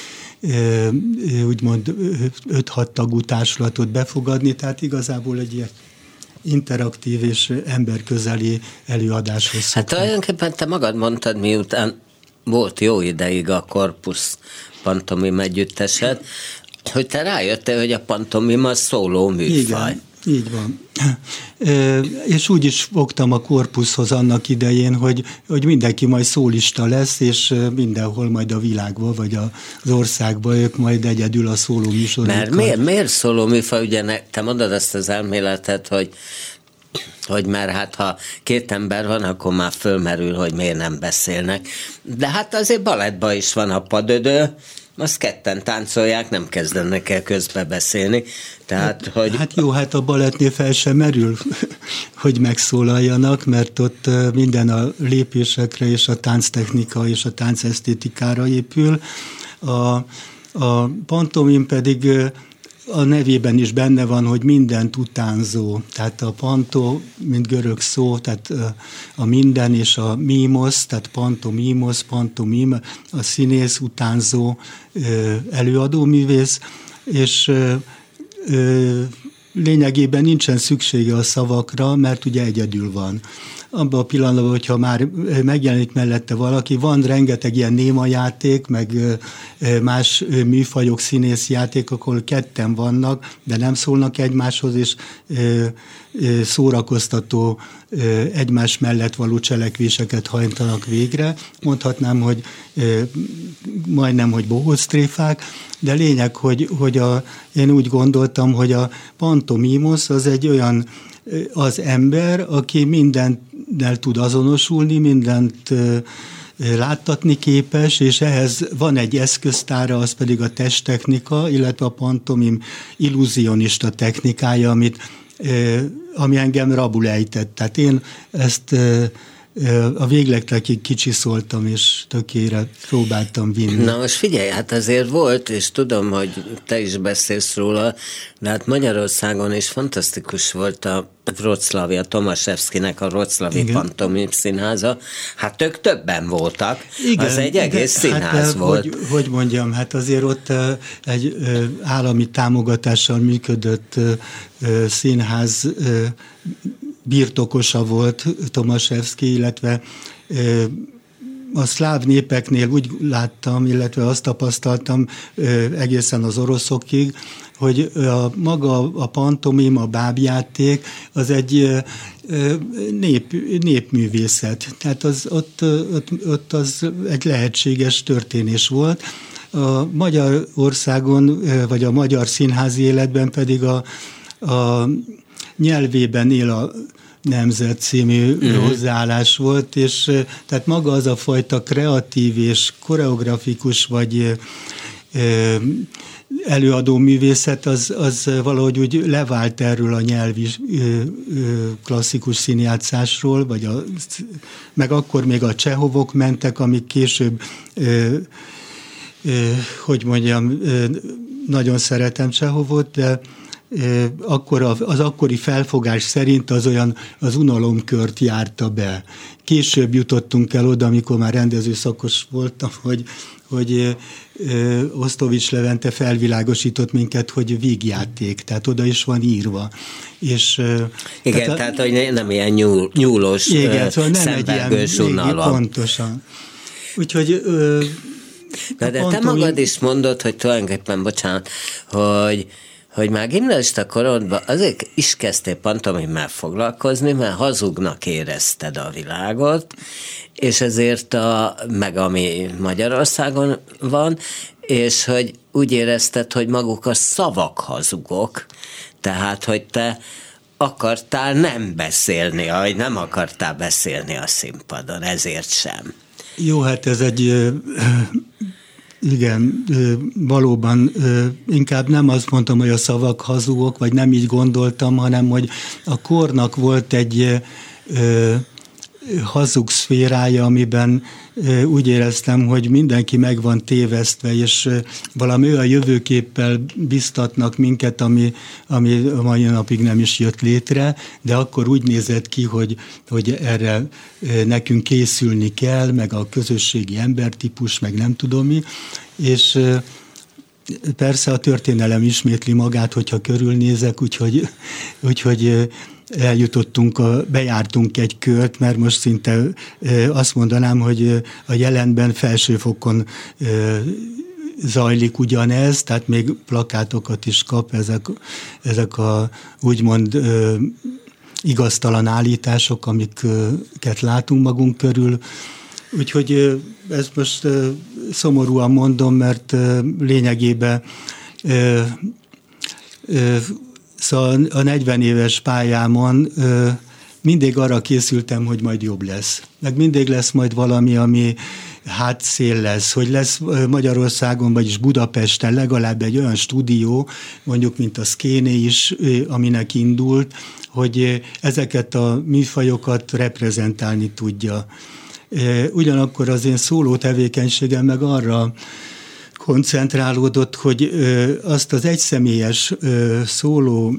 úgymond 5-6 tagú társulatot befogadni, tehát igazából egy ilyen interaktív és emberközeli előadáshoz szoktunk. Hát tulajdonképpen te magad mondtad, miután volt jó ideig a Korpusz pantomim együttesed, hogy te rájöttél, hogy a pantomim a szóló műfaj. Igen, így van. És úgy is fogtam a Korpuszhoz annak idején, hogy mindenki majd szólista lesz, és mindenhol majd a világban, vagy az országban ők majd egyedül a szóló műsorokkal. Mert miért szóló műfaj? Ugye te mondod azt az elméletet, hogy már hát ha 2 ember van, akkor már fölmerül, hogy miért nem beszélnek. De hát azért balettban is van a padödő, azt 2 táncolják, nem kezdenek el közbe beszélni. Tehát, hogy... Hát jó, hát a balettnél fel sem merül, hogy megszólaljanak, mert ott minden a lépésekre és a tánctechnika és a táncesztétikára épül. A pantomim pedig a nevében is benne van, hogy mindent utánzó. Tehát a pantó, mint görög szó, tehát a minden és a mímosz, tehát pantomímosz, pantomime, a színész, utánzó, előadóművész, és lényegében nincsen szüksége a szavakra, mert ugye egyedül van. Abban a pillanatban, hogyha már megjelenik mellette valaki, van rengeteg ilyen némajáték, meg más műfajok, színészjáték, ahol ketten vannak, de nem szólnak egymáshoz, és szórakoztató egymás mellett való cselekvéseket hajtanak végre. Mondhatnám, hogy majdnem, hogy bohóctréfák, de lényeg, hogy én úgy gondoltam, hogy a pantomímosz az egy olyan az ember, aki mindennel tud azonosulni, mindent láttatni képes, és ehhez van egy eszköztára, az pedig a testtechnika, illetve a pantomim illúzionista technikája, ami engem rabul ejtett. Tehát én ezt a végletekig kicsiszoltam, és tökére próbáltam vinni. Na most figyelj, hát azért volt, és tudom, hogy te is beszélsz róla, de hát Magyarországon is fantasztikus volt a Wroclawi, Tomaszewskinek a Wroclawi Pantomim Színháza. Hát ők többen voltak. Igen, az egy egész színház hát, volt. Hogy mondjam, hát azért ott egy állami támogatással működött színház birtokosa volt Tomaszewski, illetve a szláv népeknél úgy láttam, illetve azt tapasztaltam egészen az oroszokig, hogy maga a pantomim, a bábjáték, az egy népművészet. Tehát ott az egy lehetséges történés volt. A Magyarországon, vagy a magyar színházi életben pedig a nyelvében él a nemzet című hozzáállás volt, és tehát maga az a fajta kreatív és koreografikus vagy előadó művészet, az valahogy úgy levált erről a nyelvi klasszikus színjátszásról, meg akkor még a Csehovok mentek, amik később, hogy mondjam, nagyon szeretem Csehovot, de akkor az akkori felfogás szerint az unalomkört járta be. Később jutottunk el oda, amikor már rendezőszakos voltam, hogy Osztovics Levente felvilágosított minket, hogy vígjáték, tehát oda is van írva. És, igen, tehát hogy nem ilyen nyúlós, igen, szóval nem egy ilyen, pontosan. Úgyhogy de te magad is mondod, hogy tulajdonképpen, bocsánat, hogy már gimnazista korodban azért is kezdtél pantomimmel foglalkozni, mert hazugnak érezted a világot, és ezért meg ami Magyarországon van, és hogy úgy érezted, hogy maguk a szavak hazugok, tehát, hogy te akartál nem beszélni, vagy nem akartál beszélni a színpadon, ezért sem. Jó, hát ez egy... Igen, valóban inkább nem azt mondtam, hogy a szavak hazugok, vagy nem így gondoltam, hanem hogy a kornak volt egy hazug szférája, amiben úgy éreztem, hogy mindenki meg van tévesztve, és valami olyan jövőképpel biztatnak minket, ami a mai napig nem is jött létre, de akkor úgy nézett ki, hogy erre nekünk készülni kell, meg a közösségi embertípus, meg nem tudom mi, és persze a történelem ismétli magát, hogyha körülnézek, úgyhogy bejártunk egy kört, mert most szinte azt mondanám, hogy a jelenben felsőfokon zajlik ugyanez, tehát még plakátokat is kap ezek a úgymond igaztalan állítások, amiket látunk magunk körül. Úgyhogy ezt most szomorúan mondom, mert lényegében szóval a 40 éves pályámon mindig arra készültem, hogy majd jobb lesz. Meg mindig lesz majd valami, ami hátszél lesz, hogy lesz Magyarországon, vagyis Budapesten legalább egy olyan stúdió, mondjuk, mint a Szkéné is, aminek indult, hogy ezeket a műfajokat reprezentálni tudja. Ugyanakkor az én szóló tevékenységem meg arra koncentrálódott, hogy azt az egyszemélyes szóló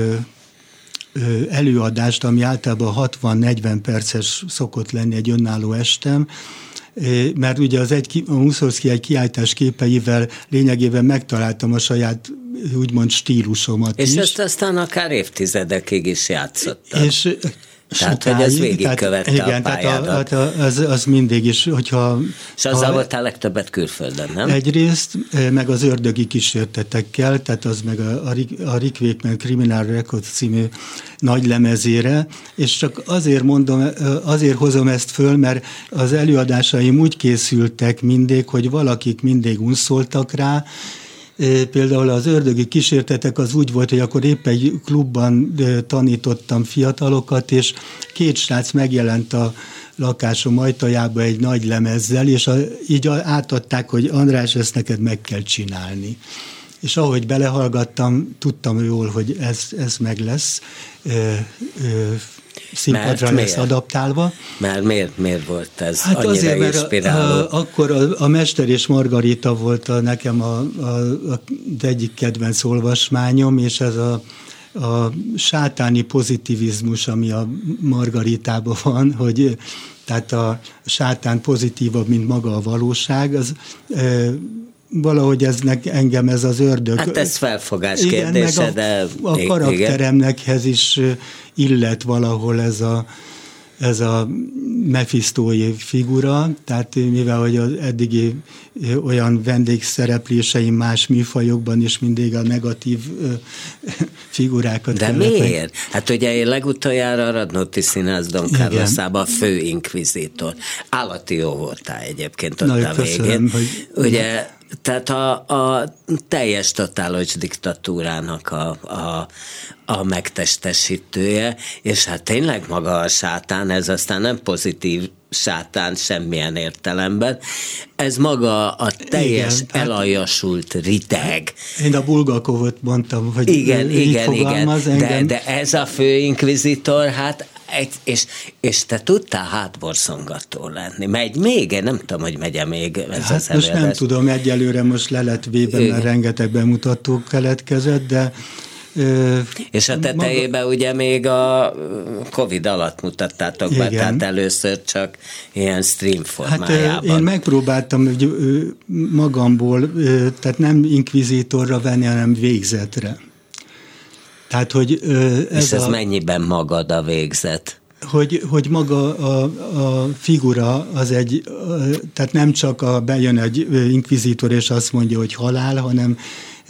előadást, ami általában 60-40 perces szokott lenni egy önálló estem, mert ugye a Mussorgsky egy kiállítás képeivel lényegében megtaláltam a saját úgymond stílusomat és is. És ezt aztán akár évtizedekig is játszottam. És tehát, hogy ez végigkövette a pályádat. Az mindig is, hogyha... És azzal voltál legtöbbet külföldön, nem? Egyrészt, meg az ördögi kísértetekkel, tehát az meg a Rick Wakeman Criminal Records című nagy lemezére, és csak azért hozom ezt föl, mert az előadásaim úgy készültek mindig, hogy valakik mindig unszoltak rá. Például az ördögi kísértetek az úgy volt, hogy akkor épp egy klubban tanítottam fiatalokat, és két srác megjelent a lakásom ajtajába egy nagy lemezzel, és így átadták, hogy András, ezt neked meg kell csinálni. És ahogy belehallgattam, tudtam jól, hogy ez meg lesz, színpadra lesz adaptálva. Mert miért volt ez hát annyira azért, inspiráló? Akkor a Mester és Margarita volt nekem az egyik kedvenc olvasmányom, és ez a sátáni pozitivizmus, ami a Margaritában van, hogy tehát a sátán pozitívabb, mint maga a valóság, az valahogy engem ez az ördög... Hát ez felfogás kérdése, de... A karakteremnekhez is illet valahol ez a Mephistói figura, tehát mivel hogy az eddigi olyan vendégszerepléseim más műfajokban is mindig a negatív figurákat. De miért? Hát ugye én legutoljára a Radnóti Színház Don Carlosában a fő inkvizitor. Állati jó voltál egyébként ott a végén. Ugye, tehát a teljes totálos diktatúrának a megtestesítője, és hát tényleg maga a sátán, ez aztán nem pozitív sátán semmilyen értelemben, ez maga a teljes elaljasult riteg. Én a Bulgakovot mondtam, hogy igen. De ez a főinkvizitor, hát és te tudtál hátborzongató lenni. Megy még? Én nem tudom, hogy megy-e még ez hát az most nem tudom, egyelőre most le lett véve, mert rengeteg bemutató keletkezett, de és a tetejében ugye még a Covid alatt mutattátok be, tehát először csak ilyen stream formájában. Hát én megpróbáltam magamból, tehát nem inkvizitorra venni, hanem végzetre. Tehát, hogy és ez mennyiben magad a végzet? Hogy maga a figura az tehát nem csak bejön egy inkvizitor és azt mondja, hogy halál, hanem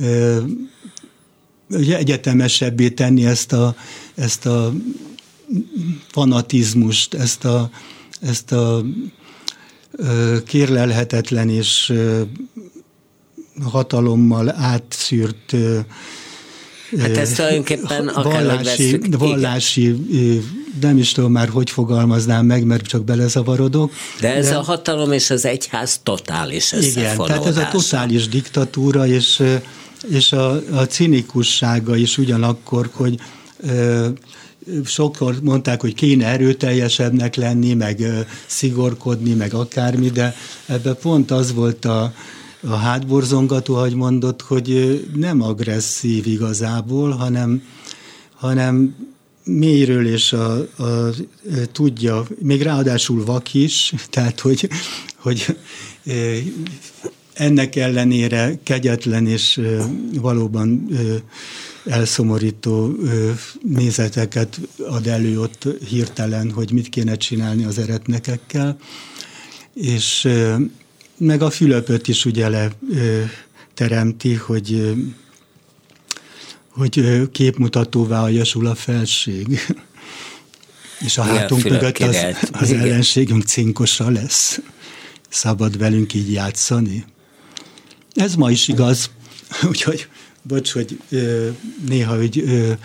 egyetemesebbé tenni ezt a fanatizmust, ezt a kérlelhetetlen és hatalommal átszűrt hát ez tulajdonképpen vallási, nem is tudom már, hogy fogalmaznám meg, mert csak belezavarodok. De ez a hatalom és az egyház totális összefonódása. Igen, tehát ez a totális diktatúra, és a cinikussága is ugyanakkor, hogy sokszor mondták, hogy kéne erőteljesebbnek lenni, meg szigorkodni, meg akármi, de ebben pont az volt a hátborzongató, ahogy mondott, hogy nem agresszív igazából, hanem mélyről és tudja, még ráadásul vak is, tehát hogy ennek ellenére kegyetlen és valóban elszomorító nézeteket ad elő ott hirtelen, hogy mit kéne csinálni az eretnekekkel, és meg a Fülöpöt is ugye teremti, hogy képmutatóvá aljasul a felség. És a hátunk mögött az ellenségünk cinkosa lesz. Szabad velünk így játszani. Ez ma is igaz, úgyhogy bocs, hogy néha hogy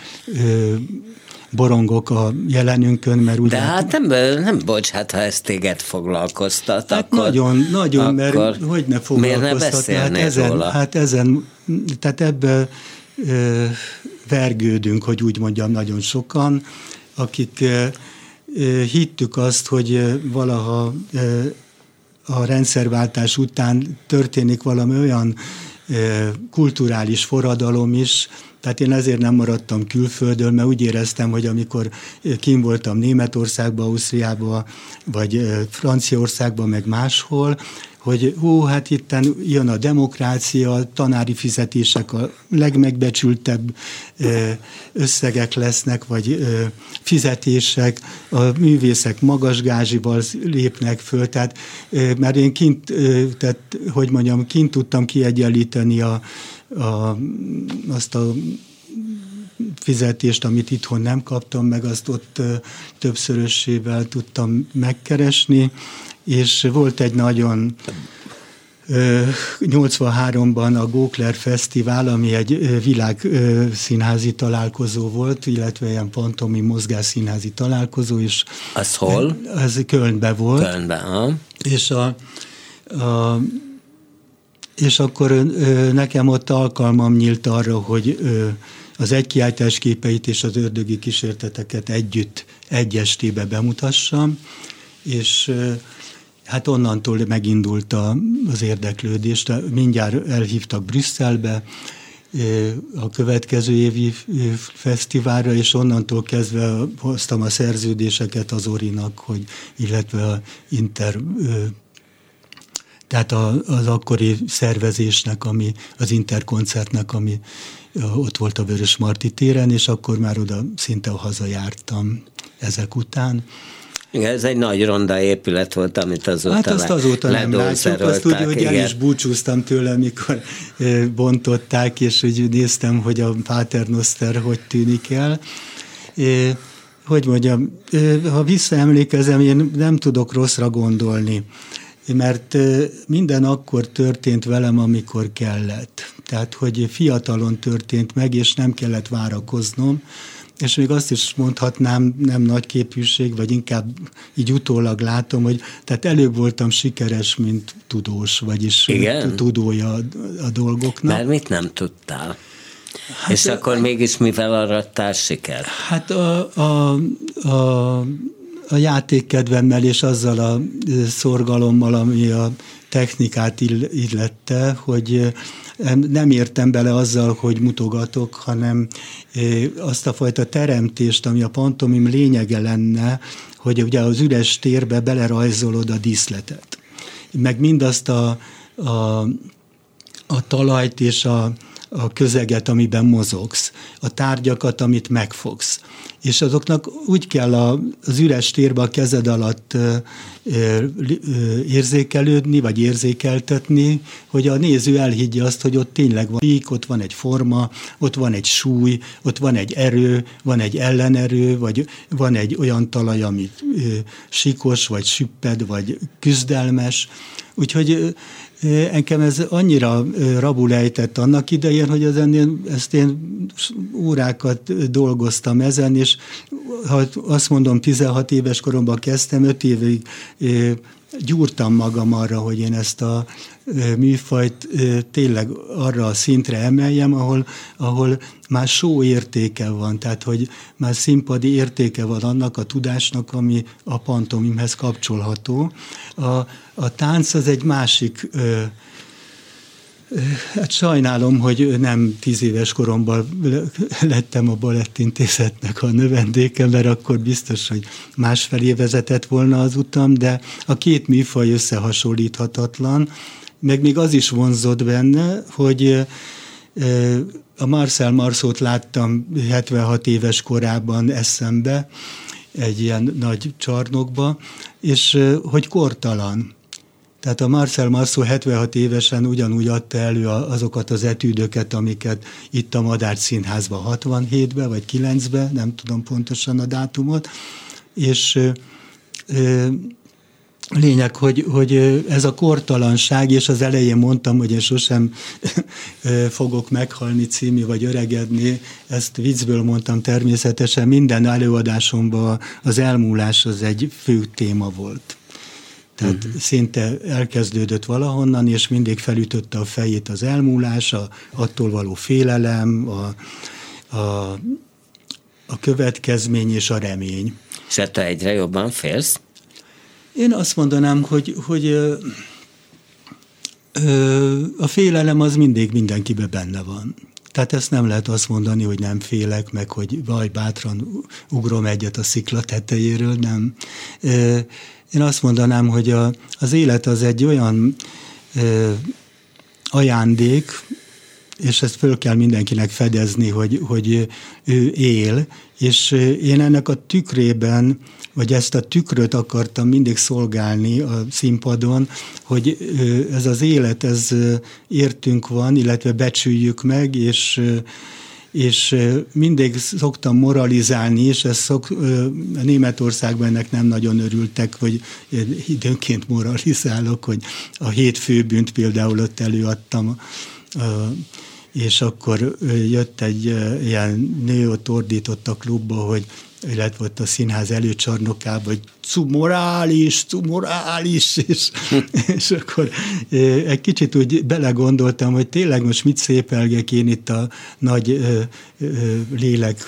borongok a jelenünkön, mert ugye... De hát nem bocs, hát ha ez téged foglalkoztat, hát akkor... Nagyon, mert hogy ne foglalkoztatna. Hát ezen, tehát ebből vergődünk, hogy úgy mondjam, nagyon sokan, akik hittük azt, hogy valaha a rendszerváltás után történik valami olyan kulturális forradalom is, tehát én ezért nem maradtam külföldön, mert úgy éreztem, hogy amikor kim voltam Németországba, Ausztriába, vagy Franciaországba, meg máshol, hogy hát itten jön a demokrácia, tanári fizetések a legmegbecsültebb összegek lesznek, vagy fizetések, a művészek magas gázsival lépnek föl, tehát mert én kint tudtam kiegyenlíteni azt a fizetést, amit itthon nem kaptam, meg azt ott többszörösével tudtam megkeresni, és volt egy nagyon 83-ban a Gókler Fesztivál, ami egy világszínházi találkozó volt, illetve ilyen pantomim mozgásszínházi találkozó is. Az hol? Ez Kölnben volt. Kölnben, és akkor nekem ott alkalmam nyílt arra, hogy az egykiáltás képeit és az ördögi kísérteteket együtt egy estébe bemutassam, és hát onnantól megindult az érdeklődés. Mindjárt elhívtak Brüsszelbe a következő évi fesztiválra, és onnantól kezdve hoztam a szerződéseket az Orinak, illetve a tehát az akkori szervezésnek, az Interkoncertnek, ami ott volt a Vörösmarty téren, és akkor már oda szinte hazajártam ezek után. Igen, ez egy nagy ronda épület volt, amit azóta hát azt azóta nem látjuk, azt úgy, hogy el is búcsúztam tőle, mikor bontották, és úgy néztem, hogy a Paternoster hogy tűnik el. Hogy mondjam, ha visszaemlékezem, én nem tudok rosszra gondolni, mert minden akkor történt velem, amikor kellett. Tehát, hogy fiatalon történt meg, és nem kellett várakoznom, és még azt is mondhatnám, nem nagy képűség, vagy inkább így utólag látom, hogy tehát előbb voltam sikeres, mint tudós, vagyis tudója a dolgoknak. Mert mit nem tudtál? Hát, és akkor mégis mivel arattál siker? Hát a játékkedvemmel és azzal a szorgalommal, ami a technikát illette, hogy nem értem bele azzal, hogy mutogatok, hanem azt a fajta teremtést, ami a pantomim lényege lenne, hogy ugye az üres térbe belerajzolod a díszletet. Meg mindazt a talajt és a közeget, amiben mozogsz, a tárgyakat, amit megfogsz. És azoknak úgy kell az üres térbe a kezed alatt érzékelődni, vagy érzékeltetni, hogy a néző elhiggye azt, hogy ott tényleg van pík, ott van egy forma, ott van egy súly, ott van egy erő, van egy ellenerő, vagy van egy olyan talaj, amit sikos, vagy süpped, vagy küzdelmes. Úgyhogy engem ez annyira rabul ejtett annak idején, hogy ezt én órákat dolgoztam ezen, és ha azt mondom, 16 éves koromban kezdtem, 5 évig gyúrtam magam arra, hogy én ezt a műfajt tényleg arra a szintre emeljem, ahol már show értéke van, tehát hogy már színpadi értéke van annak a tudásnak, ami a pantomimhez kapcsolható. A tánc az egy másik, hát sajnálom, hogy nem 10 éves koromban lettem a Balettintézetnek a növendéke, mert akkor biztos, hogy másfelé vezetett volna az utam, de a két műfaj összehasonlíthatatlan, meg még az is vonzott benne, hogy a Marcel Marceaut láttam 76 éves korában eszembe, egy ilyen nagy csarnokba, és hogy kortalan. Tehát a Marcel Marceau 76 évesen ugyanúgy adta elő azokat az etűdöket, amiket itt a Madách Színházban 67-ben vagy 9-ben, nem tudom pontosan a dátumot, és lényeg, hogy ez a kortalanság, és az elején mondtam, hogy én sosem fogok meghalni című, vagy öregedni, ezt viccből mondtam természetesen, minden előadásomban az elmúlás az egy fő téma volt. Tehát szinte elkezdődött valahonnan, és mindig felütötte a fejét az elmúlás, attól való félelem, a következmény és a remény. És te egyre jobban félsz? Én azt mondanám, hogy a félelem az mindig mindenkiben benne van. Tehát ezt nem lehet azt mondani, hogy nem félek, meg hogy bátran ugrom egyet a szikla tetejéről, nem. Én azt mondanám, hogy az élet az egy olyan ajándék, és ezt föl kell mindenkinek fedezni, hogy ő él, és én ennek a tükrében, vagy ezt a tükröt akartam mindig szolgálni a színpadon, hogy ez az élet, ez értünk van, illetve becsüljük meg, és mindig szoktam moralizálni is, Németországban ennek nem nagyon örültek, hogy időnként moralizálok, hogy a 7 főbűnt például ott előadtam, és akkor jött egy ilyen nő, ott ordított a klubba, hogy illetve ott a színház előcsarnokában, hogy cumorális, és akkor egy kicsit úgy belegondoltam, hogy tényleg most mit szépelgek én itt a nagy lélek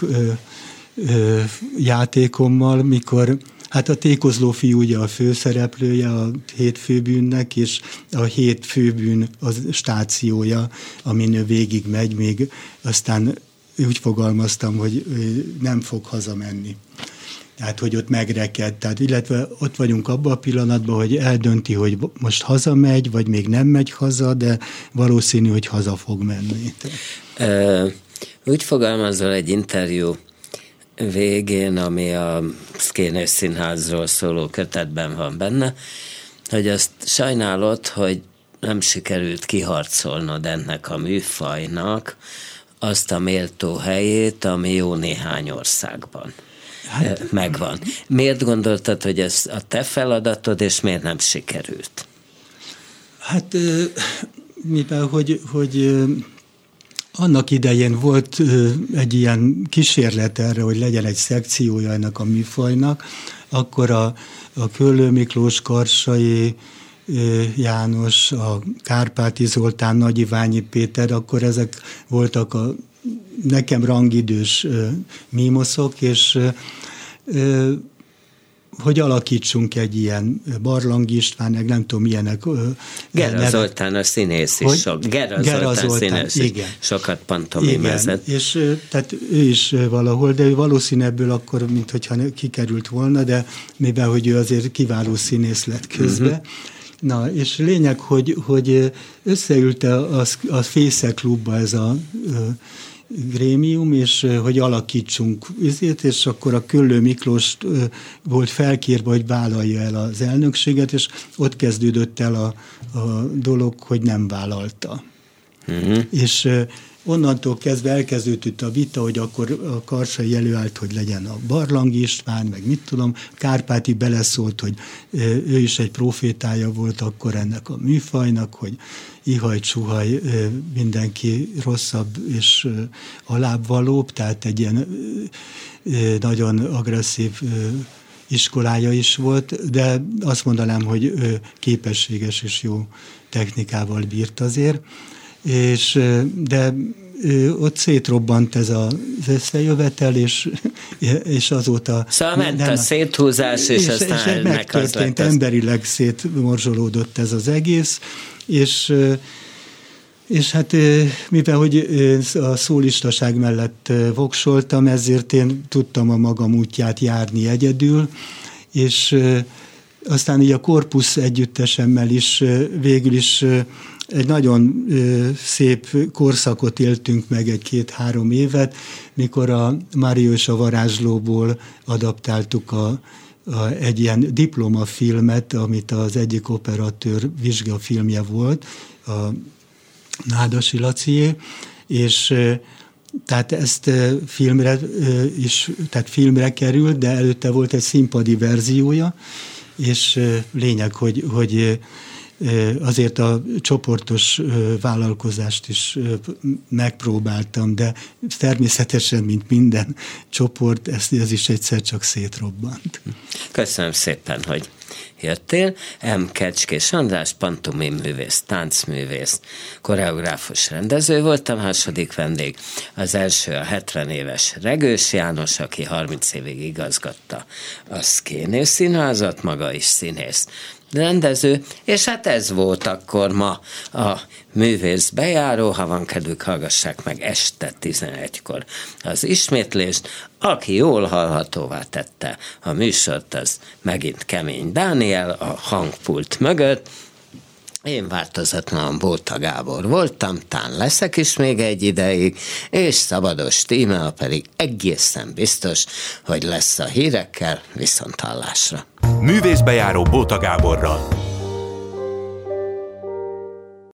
játékommal, mikor hát a Tékozló fiú ugye a főszereplője a 7 főbűnnek, és a 7 főbűn az stációja, amin ő végig megy, még aztán úgy fogalmaztam, hogy nem fog hazamenni. Tehát, hogy ott megreked. Tehát, illetve ott vagyunk abban a pillanatban, hogy eldönti, hogy most hazamegy, vagy még nem megy haza, de valószínű, hogy haza fog menni. Úgy fogalmazol egy interjú végén, ami a Szkénés Színházról szóló kötetben van benne, hogy azt sajnálod, hogy nem sikerült kiharcolnod ennek a műfajnak azt a méltó helyét, ami jó néhány országban megvan. Miért gondoltad, hogy ez a te feladatod, és miért nem sikerült? Hát, mivel, hogy annak idején volt egy ilyen kísérlet erre, hogy legyen egy szekciója ennek a műfajnak, akkor a Köllő Miklós, Karsai János, a Kárpáti Zoltán, Nagy Iványi Péter, akkor ezek voltak a nekem rangidős mímoszok, és hogy alakítsunk egy ilyen Barlang István, meg nem tudom milyenek. Gera Zoltán a színész is sok. Gera Zoltán színész is sokat pantomimezett. És tehát ő is valahol, de ő valószínű ebből akkor, minthogyha kikerült volna, de mivel, hogy ő azért kiváló színész lett közben. Na, és lényeg, hogy összeült a Fészek klubba ez a grémium, és hogy alakítsunk üzét, és akkor a Köllő Miklós volt felkérve, hogy vállalja el az elnökséget, és ott kezdődött el a dolog, hogy nem vállalta. És onnantól kezdve elkezdődött a vita, hogy akkor a Karsai előállt, hogy legyen a Barlang István, meg mit tudom, Kárpáti beleszólt, hogy ő is egy profétája volt akkor ennek a műfajnak, hogy ihaj-csuhaj, mindenki rosszabb és alábbvalóbb, tehát egy ilyen nagyon agresszív iskolája is volt, de azt mondanám, hogy képességes és jó technikával bírt azért, de ott szétrobbant ez az összejövetel, és azóta... Szóval ment a széthúzás, és aztán ennek megtörtént, emberileg szétmorzsolódott ez az egész, és hát mivel, hogy a szólistaság mellett voksoltam, ezért én tudtam a magam útját járni egyedül, és aztán így a Korpusz együttesemmel is végül is egy nagyon szép korszakot éltünk meg, egy 2-3 évet, mikor a Mário és a varázslóból adaptáltuk egy ilyen diplomafilmet, amit az egyik operatőr vizsgafilmje volt, a Nádasi Lacié, és tehát ezt filmre került, de előtte volt egy színpadi verziója, és lényeg, hogy azért a csoportos vállalkozást is megpróbáltam, de természetesen, mint minden csoport, ez is egyszer csak szétrobbant. Köszönöm szépen, hogy jöttél. M. Kecskés András, pantomimművész, táncművész, koreográfus, rendező volt a második vendég. Az első a 70 éves Regős János, aki 30 évig igazgatta a Szkénész Színházat, maga is színész, rendező, és hát ez volt akkor ma a művész bejáró. Ha van kedvük, hallgassák meg este 11-kor az ismétlést. Aki jól hallhatóvá tette a műsort, az megint Kemény Dániel a hangpult mögött. Én változatlan Bóta Gábor voltam, tán leszek is még egy ideig, és Szabados Tímea pedig egészen biztos, hogy lesz a hírekkel. Viszonthallásra. Művészbejáró Bóta Gáborral.